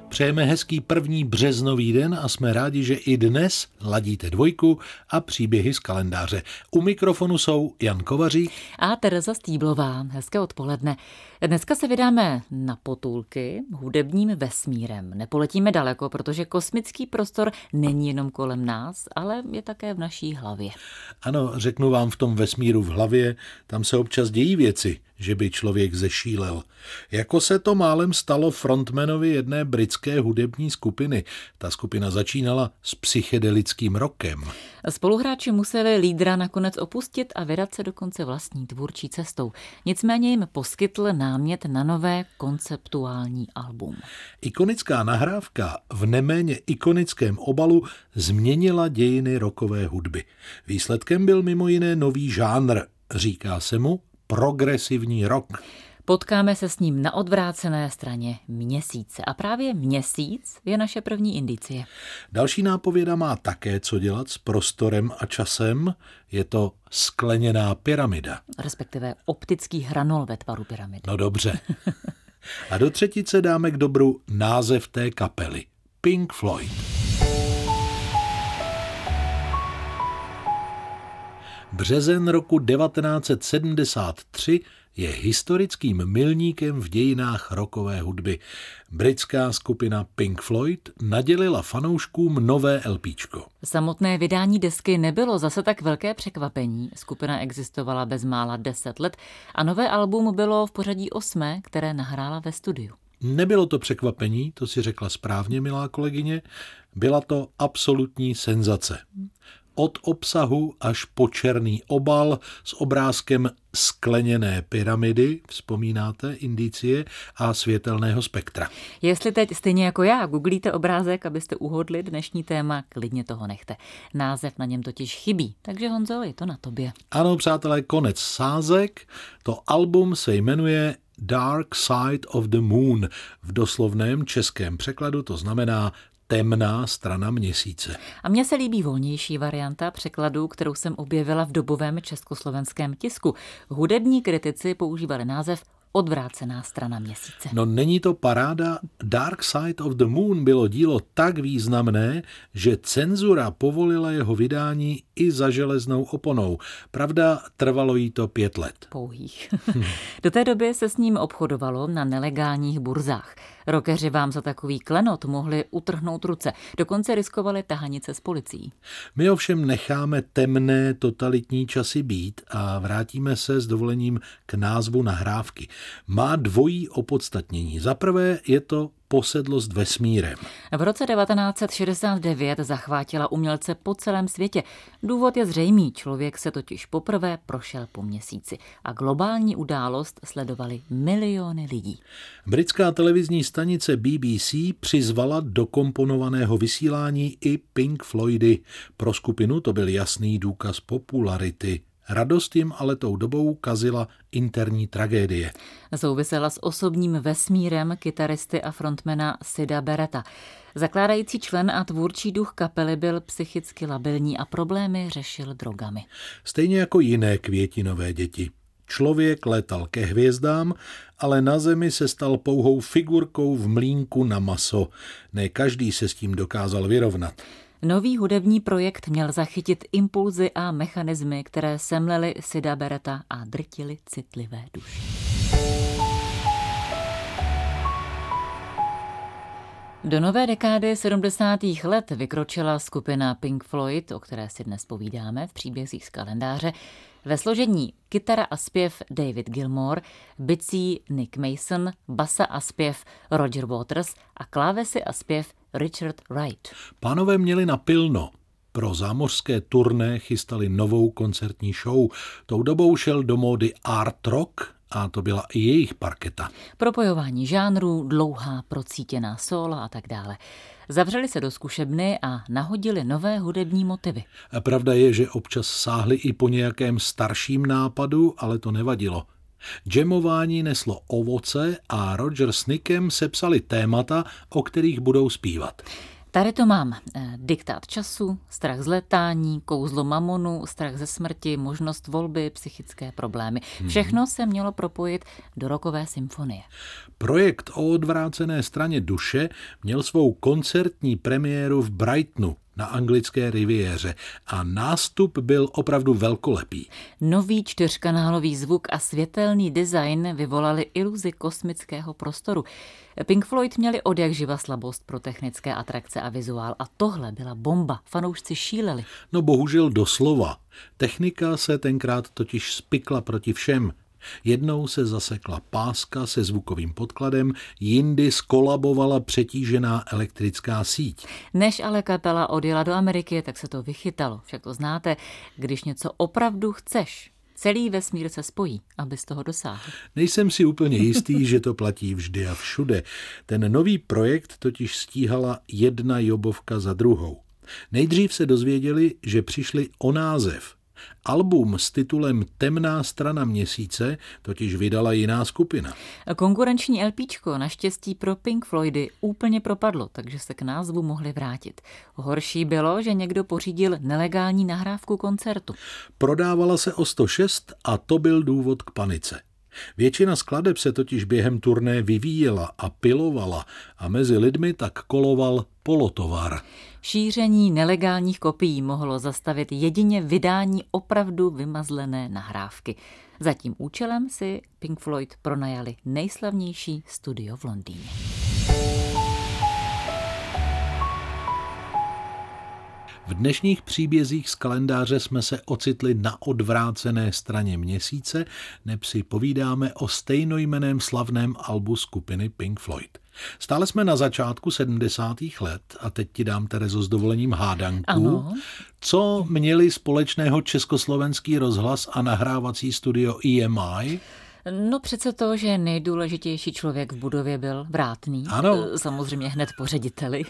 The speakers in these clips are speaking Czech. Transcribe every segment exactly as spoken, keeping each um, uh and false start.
Přejeme hezký první březnový den a jsme rádi, že i dnes ladíte dvojku a příběhy z kalendáře. U mikrofonu jsou Jan Kovařík a Tereza Stýblová. Hezké odpoledne. Dneska se vydáme na potulky hudebním vesmírem. Nepoletíme daleko, protože kosmický prostor není jenom kolem nás, ale je také v naší hlavě. Ano, řeknu vám, v tom vesmíru v hlavě, tam se občas dějí věci, že by člověk zešílel. Jako se to málem stalo frontmanovi jedné britské hudební skupiny. Ta skupina začínala s psychedelickým rockem. Spoluhráči museli lídra nakonec opustit a vydat se dokonce vlastní tvůrčí cestou. Nicméně jim poskytl námět na nové konceptuální album. Ikonická nahrávka v neméně ikonickém obalu změnila dějiny rockové hudby. Výsledkem byl mimo jiné nový žánr. Říká se mu progresivní rock. Potkáme se s ním na odvrácené straně Měsíce. A právě Měsíc je naše první indicie. Další nápověda má také co dělat s prostorem a časem. Je to skleněná pyramida. Respektive optický hranol ve tvaru pyramidy. No dobře. A do třetice dáme k dobru název té kapely. Pink Floyd. Březen roku devatenáct set sedmdesát tři je historickým milníkem v dějinách rockové hudby. Britská skupina Pink Floyd nadělila fanouškům nové LPčko. Samotné vydání desky nebylo zase tak velké překvapení. Skupina existovala bezmála deset let a nové album bylo v pořadí osmé, které nahrála ve studiu. Nebylo to překvapení, to si řekla správně, milá kolegyně. Byla to absolutní senzace. Od obsahu až po černý obal s obrázkem skleněné pyramidy, vzpomínáte, indicie, a světelného spektra. Jestli teď stejně jako já googlíte obrázek, abyste uhodli dnešní téma, klidně toho nechte. Název na něm totiž chybí, takže Honzo, je to na tobě. Ano, přátelé, konec sázek. To album se jmenuje Dark Side of the Moon. V doslovném českém překladu to znamená temná strana měsíce. A mně se líbí volnější varianta překladu, kterou jsem objevila v dobovém československém tisku. Hudební kritici používali název Odvrácená strana měsíce. No není to paráda? Dark Side of the Moon bylo dílo tak významné, že cenzura povolila jeho vydání i za železnou oponou. Pravda, trvalo jí to pět let. Pouhých. Do té doby se s ním obchodovalo na nelegálních burzách. Rockeři vám za takový klenot mohli utrhnout ruce. Dokonce riskovali tahanice s policií. My ovšem necháme temné totalitní časy být a vrátíme se s dovolením k názvu nahrávky. Má dvojí opodstatnění. Za prvé je to posedlost vesmírem. V roce devatenáct set šedesát devět zachvátila umělce po celém světě. Důvod je zřejmý, člověk se totiž poprvé prošel po měsíci a globální událost sledovali miliony lidí. Britská televizní stanice B B C přizvala do komponovaného vysílání i Pink Floydy. Pro skupinu to byl jasný důkaz popularity. Radost jim ale tou dobou kazila interní tragédie. Souvisela s osobním vesmírem kytaristy a frontmana Sida Barretta. Zakládající člen a tvůrčí duch kapely byl psychicky labilní a problémy řešil drogami. Stejně jako jiné květinové děti. Člověk létal ke hvězdám, ale na zemi se stal pouhou figurkou v mlýnku na maso. Ne každý se s tím dokázal vyrovnat. Nový hudební projekt měl zachytit impulzy a mechanismy, které semlely Sida Barretta a drtily citlivé duše. Do nové dekády sedmdesátých let vykročila skupina Pink Floyd, o které si dnes povídáme v příbězích z kalendáře, ve složení kytara a zpěv David Gilmour, bicí Nick Mason, basa a zpěv Roger Waters a klávesy a zpěv Richard Wright. Pánové měli napilno. Pro zámořské turné chystali novou koncertní show. Tou dobou šel do módy art rock a to byla i jejich parketa. Propojování žánrů, dlouhá procítěná sóla a tak dále. Zavřeli se do zkušebny a nahodili nové hudební motivy. A pravda je, že občas sáhli i po nějakém starším nápadu, ale to nevadilo. Jamování neslo ovoce a Roger s Nickem sepsali témata, o kterých budou zpívat. Tady to mám. Diktát času, strach z létání, kouzlo mamonu, strach ze smrti, možnost volby, psychické problémy. Všechno se mělo propojit do rockové symfonie. Projekt o odvrácené straně duše měl svou koncertní premiéru v Brightonu na anglické riviéře a nástup byl opravdu velkolepý. Nový čtyřkanálový zvuk a světelný design vyvolali iluzi kosmického prostoru. Pink Floyd měli odjakživa slabost pro technické atrakce a vizuál a tohle byla bomba. Fanoušci šíleli. No bohužel doslova. Technika se tenkrát totiž spikla proti všem. Jednou se zasekla páska se zvukovým podkladem, jindy skolabovala přetížená elektrická síť. Než ale kapela odjela do Ameriky, tak se to vychytalo. Však to znáte, když něco opravdu chceš, celý vesmír se spojí, aby z toho dosáhl. Nejsem si úplně jistý, že to platí vždy a všude. Ten nový projekt totiž stíhala jedna jobovka za druhou. Nejdřív se dozvěděli, že přišli o název. Album s titulem Temná strana měsíce totiž vydala jiná skupina. Konkurenční LPčko naštěstí pro Pink Floydy úplně propadlo, takže se k názvu mohli vrátit. Horší bylo, že někdo pořídil nelegální nahrávku koncertu. Prodávala se o sto šest a to byl důvod k panice. Většina skladeb se totiž během turné vyvíjela a pilovala a mezi lidmi tak koloval polotovar. Šíření nelegálních kopií mohlo zastavit jedině vydání opravdu vymazlené nahrávky. Za tím účelem si Pink Floyd pronajali nejslavnější studio v Londýně. V dnešních příbězích z kalendáře jsme se ocitli na odvrácené straně měsíce, neb si povídáme o stejnojmenném slavném albu skupiny Pink Floyd. Stále jsme na začátku sedmdesátých let a teď ti dám, Terezo, s dovolením hádanku. Ano. Co měli společného Československý rozhlas a nahrávací studio E M I? No přece to, že nejdůležitější člověk v budově byl Vrátný. Ano. Samozřejmě hned po řediteli.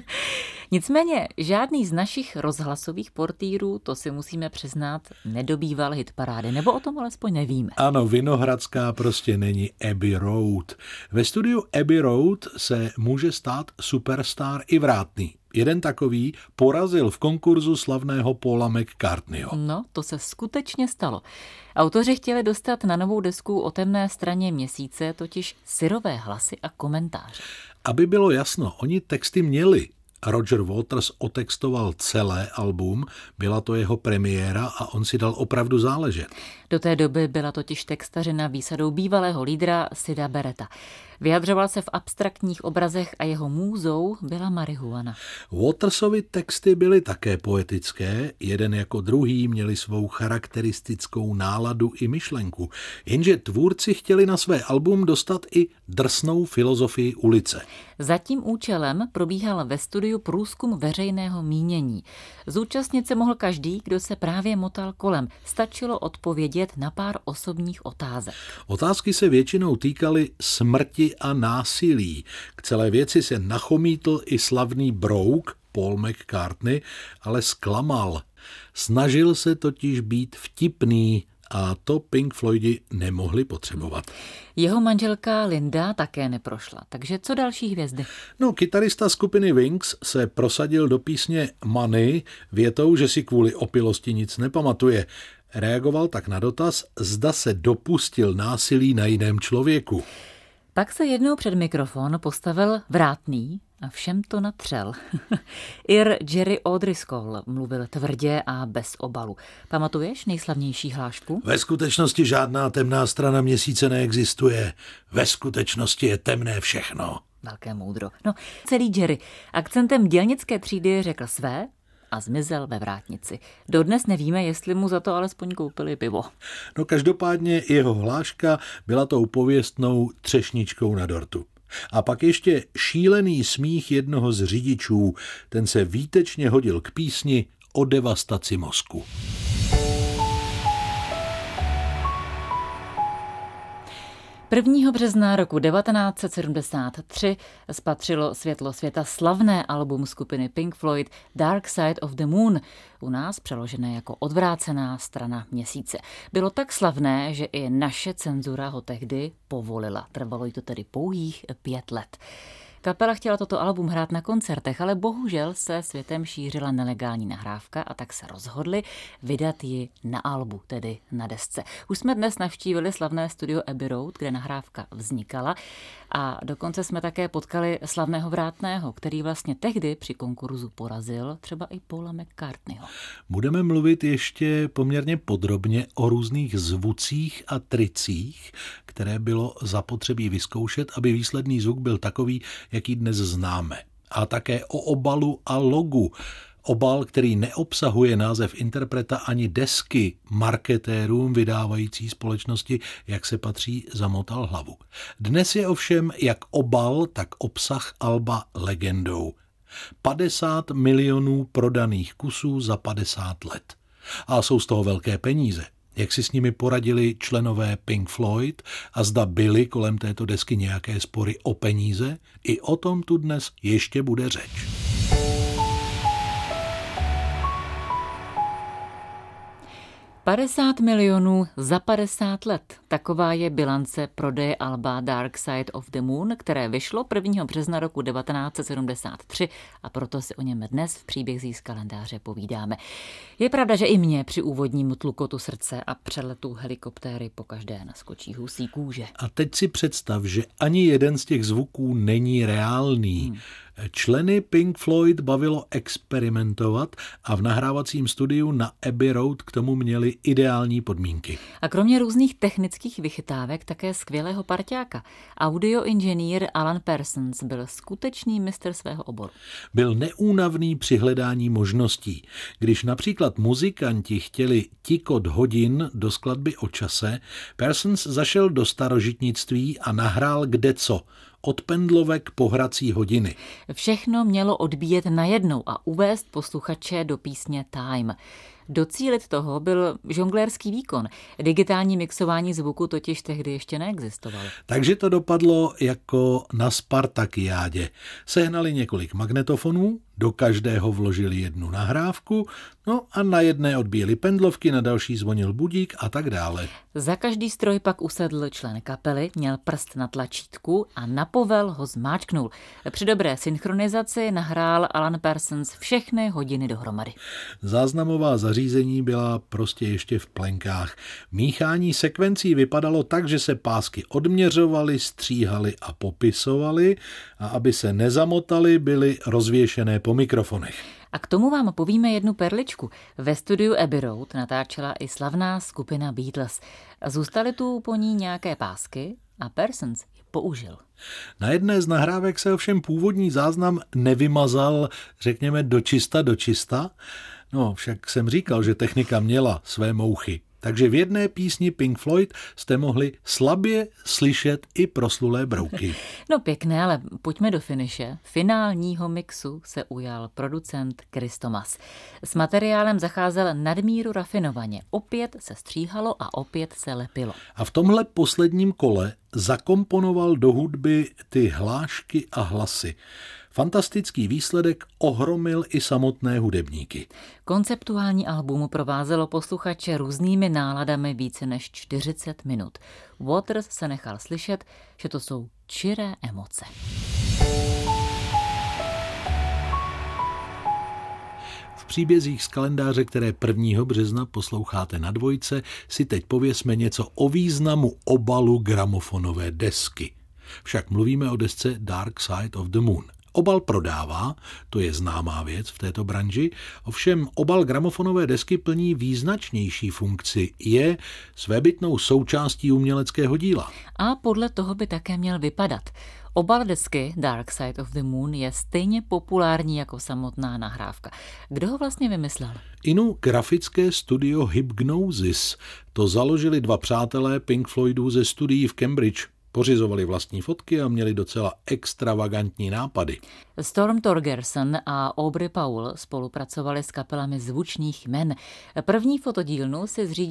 Nicméně žádný z našich rozhlasových portýrů, to si musíme přiznat, nedobýval hitparády, nebo o tom alespoň nevíme. Ano, Vinohradská prostě není Abbey Road. Ve studiu Abbey Road se může stát superstar i Vrátný. Jeden takový porazil v konkurzu slavného Paula McCartneyho. No, to se skutečně stalo. Autoři chtěli dostat na novou desku o temné straně měsíce totiž syrové hlasy a komentáře. Aby bylo jasno, oni texty měli. Roger Waters otextoval celé album, byla to jeho premiéra a on si dal opravdu záležet. Do té doby byla totiž textařina výsadou bývalého lídra Sida Barretta. Vyjadřoval se v abstraktních obrazech a jeho můzou byla marihuana. Watersovy texty byly také poetické, jeden jako druhý měli svou charakteristickou náladu i myšlenku, jenže tvůrci chtěli na své album dostat i drsnou filozofii ulice. Za tím účelem probíhal ve studiu průzkum veřejného mínění. Zúčastnit se mohl každý, kdo se právě motal kolem. Stačilo odpovědět na pár osobních otázek. Otázky se většinou týkaly smrti a násilí. K celé věci se nachomítl i slavný brouk Paul McCartney, ale zklamal. Snažil se totiž být vtipný a to Pink Floydi nemohli potřebovat. Jeho manželka Linda také neprošla, takže co další hvězdy? No, kytarista skupiny Wings se prosadil do písně Money větou, že si kvůli opilosti nic nepamatuje. Reagoval tak na dotaz, zda se dopustil násilí na jiném člověku. Pak se jednou před mikrofon postavil Vrátný a všem to natřel. Ir Jerry O'Driscoll mluvil tvrdě a bez obalu. Pamatuješ nejslavnější hlášku? Ve skutečnosti žádná temná strana měsíce neexistuje. Ve skutečnosti je temné všechno. Velké moudro. No, celý Jerry akcentem dělnické třídy řekl své a zmizel ve vrátnici. Dodnes nevíme, jestli mu za to alespoň koupili pivo. No každopádně jeho hláška byla tou pověstnou třešničkou na dortu. A pak ještě šílený smích jednoho z řidičů, ten se výtečně hodil k písni o devastaci mozku. prvního března roku devatenáct set sedmdesát tři spatřilo světlo světa slavné album skupiny Pink Floyd Dark Side of the Moon, u nás přeložené jako Odvrácená strana měsíce. Bylo tak slavné, že i naše cenzura ho tehdy povolila. Trvalo jí to tedy pouhých pět let. Kapela chtěla toto album hrát na koncertech, ale bohužel se světem šířila nelegální nahrávka a tak se rozhodli vydat ji na albu, tedy na desce. Už jsme dnes navštívili slavné studio Abbey Road, kde nahrávka vznikala, a dokonce jsme také potkali slavného vrátného, který vlastně tehdy při konkurzu porazil třeba i Paula McCartneyho. Budeme mluvit ještě poměrně podrobně o různých zvucích a tricích, které bylo zapotřebí vyzkoušet, aby výsledný zvuk byl takový, jaký dnes známe. A také o obalu a logu. Obal, který neobsahuje název interpreta ani desky, marketérům vydávající společnosti, jak se patří, zamotal hlavu. Dnes je ovšem jak obal, tak obsah alba legendou. padesát milionů prodaných kusů za padesát let. A jsou z toho velké peníze. Jak si s nimi poradili členové Pink Floyd a zda byly kolem této desky nějaké spory o peníze, i o tom tu dnes ještě bude řeč. padesát milionů za padesát let. Taková je bilance prodeje alba Dark Side of the Moon, které vyšlo prvního března roku devatenáct set sedmdesát tři, a proto si o něm dnes v příbězích z kalendáře povídáme. Je pravda, že i mě při úvodním tlukotu srdce a přeletu helikoptéry pokaždé naskočí husí kůže. A teď si představ, že ani jeden z těch zvuků není reálný. Hmm. Členy Pink Floyd bavilo experimentovat a v nahrávacím studiu na Abbey Road k tomu měli ideální podmínky. A kromě různých technických vychytávek také skvělého parťáka. Audioinženýr Alan Parsons byl skutečný mistr svého oboru. Byl neúnavný při hledání možností. Když například muzikanti chtěli tikot hodin do skladby o čase, Parsons zašel do starožitnictví a nahrál kdeco. Od pendlovek po hrací hodiny. Všechno mělo odbíjet najednou a uvést posluchače do písně Time. Docílit toho byl žonglérský výkon. Digitální mixování zvuku totiž tehdy ještě neexistovalo. Takže to dopadlo jako na Spartakiádě. Sehnali několik magnetofonů, do každého vložili jednu nahrávku, no a na jedné odbíjeli pendlovky, na další zvonil budík a tak dále. Za každý stroj pak usedl člen kapely, měl prst na tlačítku a na povel ho zmáčknul. Při dobré synchronizaci nahrál Alan Parsons všechny hodiny dohromady. Záznamová zařízení byla prostě ještě v plenkách. Míchání sekvencí vypadalo tak, že se pásky odměřovaly, stříhaly a popisovaly, a aby se nezamotaly, byly rozvěšené po mikrofonech. A k tomu vám povíme jednu perličku. Ve studiu Abbey Road natáčela i slavná skupina Beatles. Zůstaly tu po ní nějaké pásky a Parsons je použil. Na jedné z nahrávek se ovšem původní záznam nevymazal, řekněme, dočista dočista. No, však jsem říkal, že technika měla své mouchy. Takže v jedné písni Pink Floyd jste mohli slabě slyšet i proslulé brouky. No pěkné, ale pojďme do finiše. Finálního mixu se ujal producent Chris Thomas. S materiálem zacházel nadmíru rafinovaně. Opět se stříhalo a opět se lepilo. A v tomhle posledním kole zakomponoval do hudby ty hlášky a hlasy. Fantastický výsledek ohromil i samotné hudebníky. Konceptuální album provázelo posluchače různými náladami více než čtyřicet minut. Waters se nechal slyšet, že to jsou čiré emoce. V příbězích z kalendáře, které prvního března posloucháte na Dvojce, si teď pověsme něco o významu obalu gramofonové desky. Však mluvíme o desce Dark Side of the Moon. Obal prodává, to je známá věc v této branži, ovšem obal gramofonové desky plní význačnější funkci, je svébytnou součástí uměleckého díla. A podle toho by také měl vypadat. Obal desky Dark Side of the Moon je stejně populární jako samotná nahrávka. Kdo ho vlastně vymyslel? Inu grafické studio Hypnosis. To založili dva přátelé Pink Floydů ze studií v Cambridge. Pořizovali vlastní fotky a měli docela extravagantní nápady. Storm Thorgerson a Aubrey Powell spolupracovali s kapelami zvučných jmen. První fotodílnu si zřídili v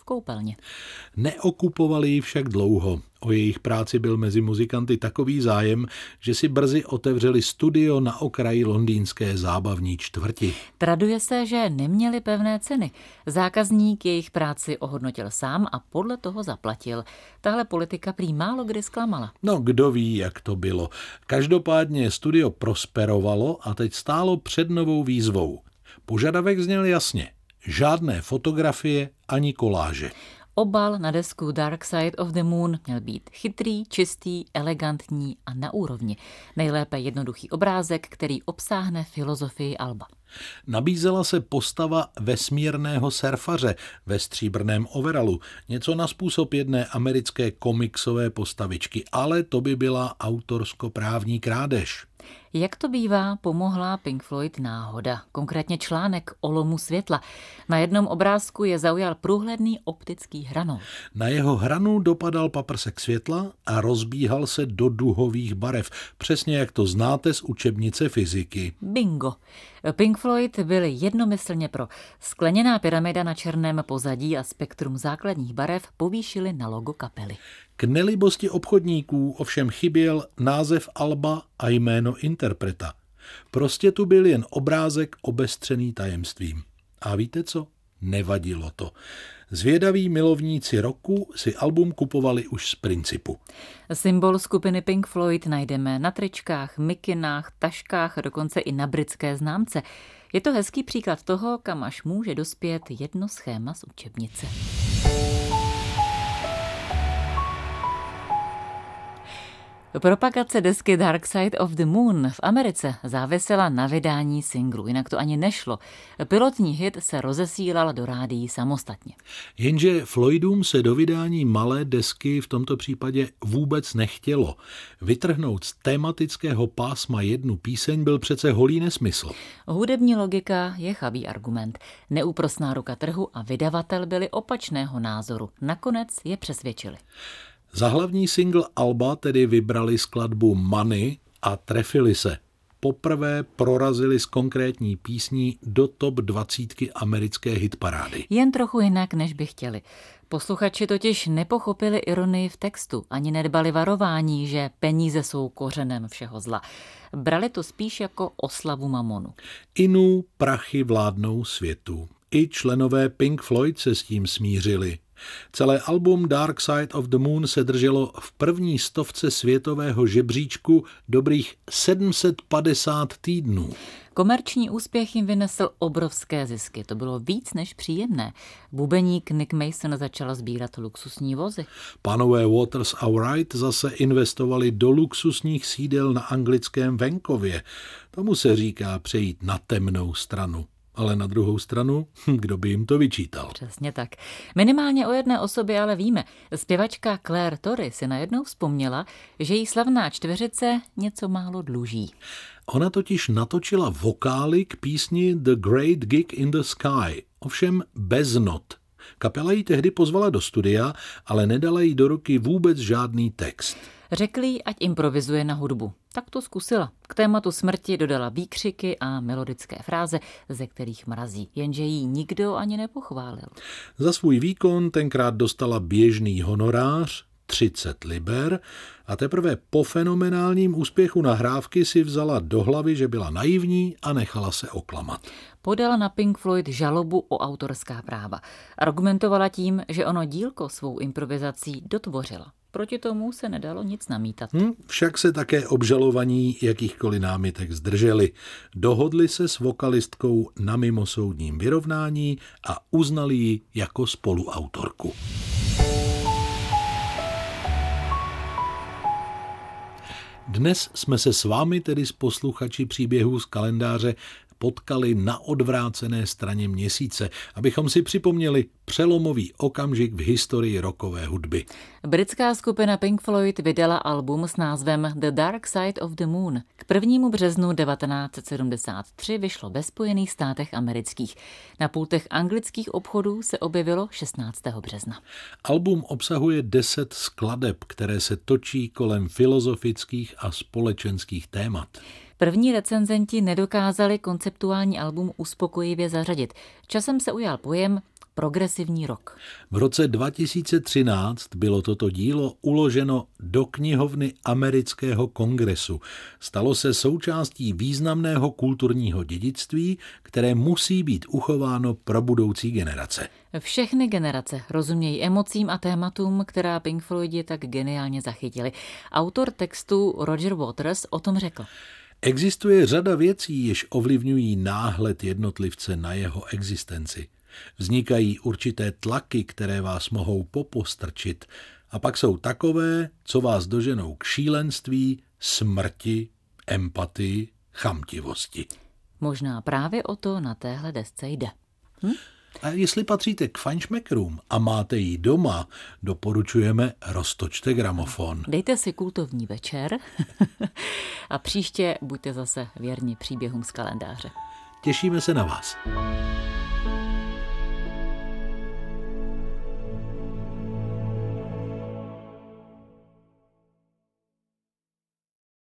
v koupelně. Neokupovali ji však dlouho. O jejich práci byl mezi muzikanty takový zájem, že si brzy otevřeli studio na okraji londýnské zábavní čtvrti. Traduje se, že neměli pevné ceny. Zákazník jejich práci ohodnotil sám a podle toho zaplatil. Tahle politika prý málo kdy zklamala. No, kdo ví, jak to bylo. Každopádně studio prosperovalo a teď stálo před novou výzvou. Požadavek zněl jasně. Žádné fotografie ani koláže. Obal na desku Dark Side of the Moon měl být chytrý, čistý, elegantní a na úrovni. Nejlépe jednoduchý obrázek, který obsáhne filozofii alba. Nabízela se postava vesmírného surfaře ve stříbrném overalu, něco na způsob jedné americké komiksové postavičky, ale to by byla autorskoprávní krádež. Jak to bývá, pomohla Pink Floyd náhoda, konkrétně článek o lomu světla. Na jednom obrázku je zaujal průhledný optický hranol. Na jeho hranu dopadal paprsek světla a rozbíhal se do duhových barev, přesně jak to znáte z učebnice fyziky. Bingo. Pink Floyd byli jednomyslně pro. Skleněná pyramida na černém pozadí a spektrum základních barev povýšili na logo kapely. K nelibosti obchodníků ovšem chyběl název alba a jméno interpreta. Prostě tu byl jen obrázek obestřený tajemstvím. A víte co? Nevadilo to. Zvědaví milovníci roku si album kupovali už z principu. Symbol skupiny Pink Floyd najdeme na tričkách, mikinách, taškách a dokonce i na britské známce. Je to hezký příklad toho, kam až může dospět jedno schéma z učebnice. Propagace desky Dark Side of the Moon v Americe závisela na vydání singlu, jinak to ani nešlo. Pilotní hit se rozesílal do rádií samostatně. Jenže Floydům se do vydání malé desky v tomto případě vůbec nechtělo. Vytrhnout z tematického pásma jednu píseň byl přece holý nesmysl. Hudební logika je chabý argument. Neúprosná ruka trhu a vydavatel byli opačného názoru. Nakonec je přesvědčili. Za hlavní single alba tedy vybrali skladbu Money a trefili se. Poprvé prorazili s konkrétní písní do top dvacítky americké hitparády. Jen trochu jinak, než by chtěli. Posluchači totiž nepochopili ironii v textu, ani nedbali varování, že peníze jsou kořenem všeho zla. Brali to spíš jako oslavu mamonu. Inu prachy vládnou světu. I členové Pink Floyd se s tím smířili. Celé album Dark Side of the Moon se drželo v první stovce světového žebříčku dobrých sedm set padesát týdnů. Komerční úspěch jim vynesl obrovské zisky. To bylo víc než příjemné. Bubeník Nick Mason začal sbírat luxusní vozy. Pánové Waters a Wright zase investovali do luxusních sídel na anglickém venkově. Tomu se říká přejít na temnou stranu. Ale na druhou stranu, kdo by jim to vyčítal? Přesně tak. Minimálně o jedné osobě ale víme. Zpěvačka Claire Torrey si najednou vzpomněla, že jí slavná čtveřice něco málo dluží. Ona totiž natočila vokály k písni The Great Gig in the Sky, ovšem bez not. Kapela ji tehdy pozvala do studia, ale nedala jí do ruky vůbec žádný text. Řekli jí, ať improvizuje na hudbu. Tak to zkusila. K tématu smrti dodala výkřiky a melodické fráze, ze kterých mrazí, jenže jí nikdo ani nepochválil. Za svůj výkon tenkrát dostala běžný honorář, třicet liber, a teprve po fenomenálním úspěchu nahrávky si vzala do hlavy, že byla naivní a nechala se oklamat. Podala na Pink Floyd žalobu o autorská práva. Argumentovala tím, že ono dílko svou improvizací dotvořila. Proti tomu se nedalo nic namítat. Hmm, však se také obžalovaní jakýchkoliv námitek zdrželi. Dohodli se s vokalistkou na mimosoudním vyrovnání a uznali ji jako spoluautorku. Dnes jsme se s vámi, tedy s posluchači příběhů z kalendáře, potkali na odvrácené straně měsíce, abychom si připomněli přelomový okamžik v historii rockové hudby. Britská skupina Pink Floyd vydala album s názvem The Dark Side of the Moon. K prvnímu březnu devatenáct set sedmdesát tři vyšlo ve Spojených státech amerických. Na pultech anglických obchodů se objevilo šestnáctého března. Album obsahuje deset skladeb, které se točí kolem filozofických a společenských témat. První recenzenti nedokázali konceptuální album uspokojivě zařadit. Časem se ujal pojem progresivní rok. V roce dva tisíce třináct bylo toto dílo uloženo do knihovny Amerického kongresu. Stalo se součástí významného kulturního dědictví, které musí být uchováno pro budoucí generace. Všechny generace rozumějí emocím a tématům, která Pink Floydi tak geniálně zachytili. Autor textu Roger Waters o tom řekl. Existuje řada věcí, jež ovlivňují náhled jednotlivce na jeho existenci. Vznikají určité tlaky, které vás mohou popostrčit, a pak jsou takové, co vás doženou k šílenství, smrti, empatii, chamtivosti. Možná právě o to na téhle desce jde. Hm? A jestli patříte k fajnšmekrům a máte ji doma, doporučujeme Roztočte gramofon. Dejte si kultovní večer a příště buďte zase věrni příběhům z kalendáře. Těšíme se na vás.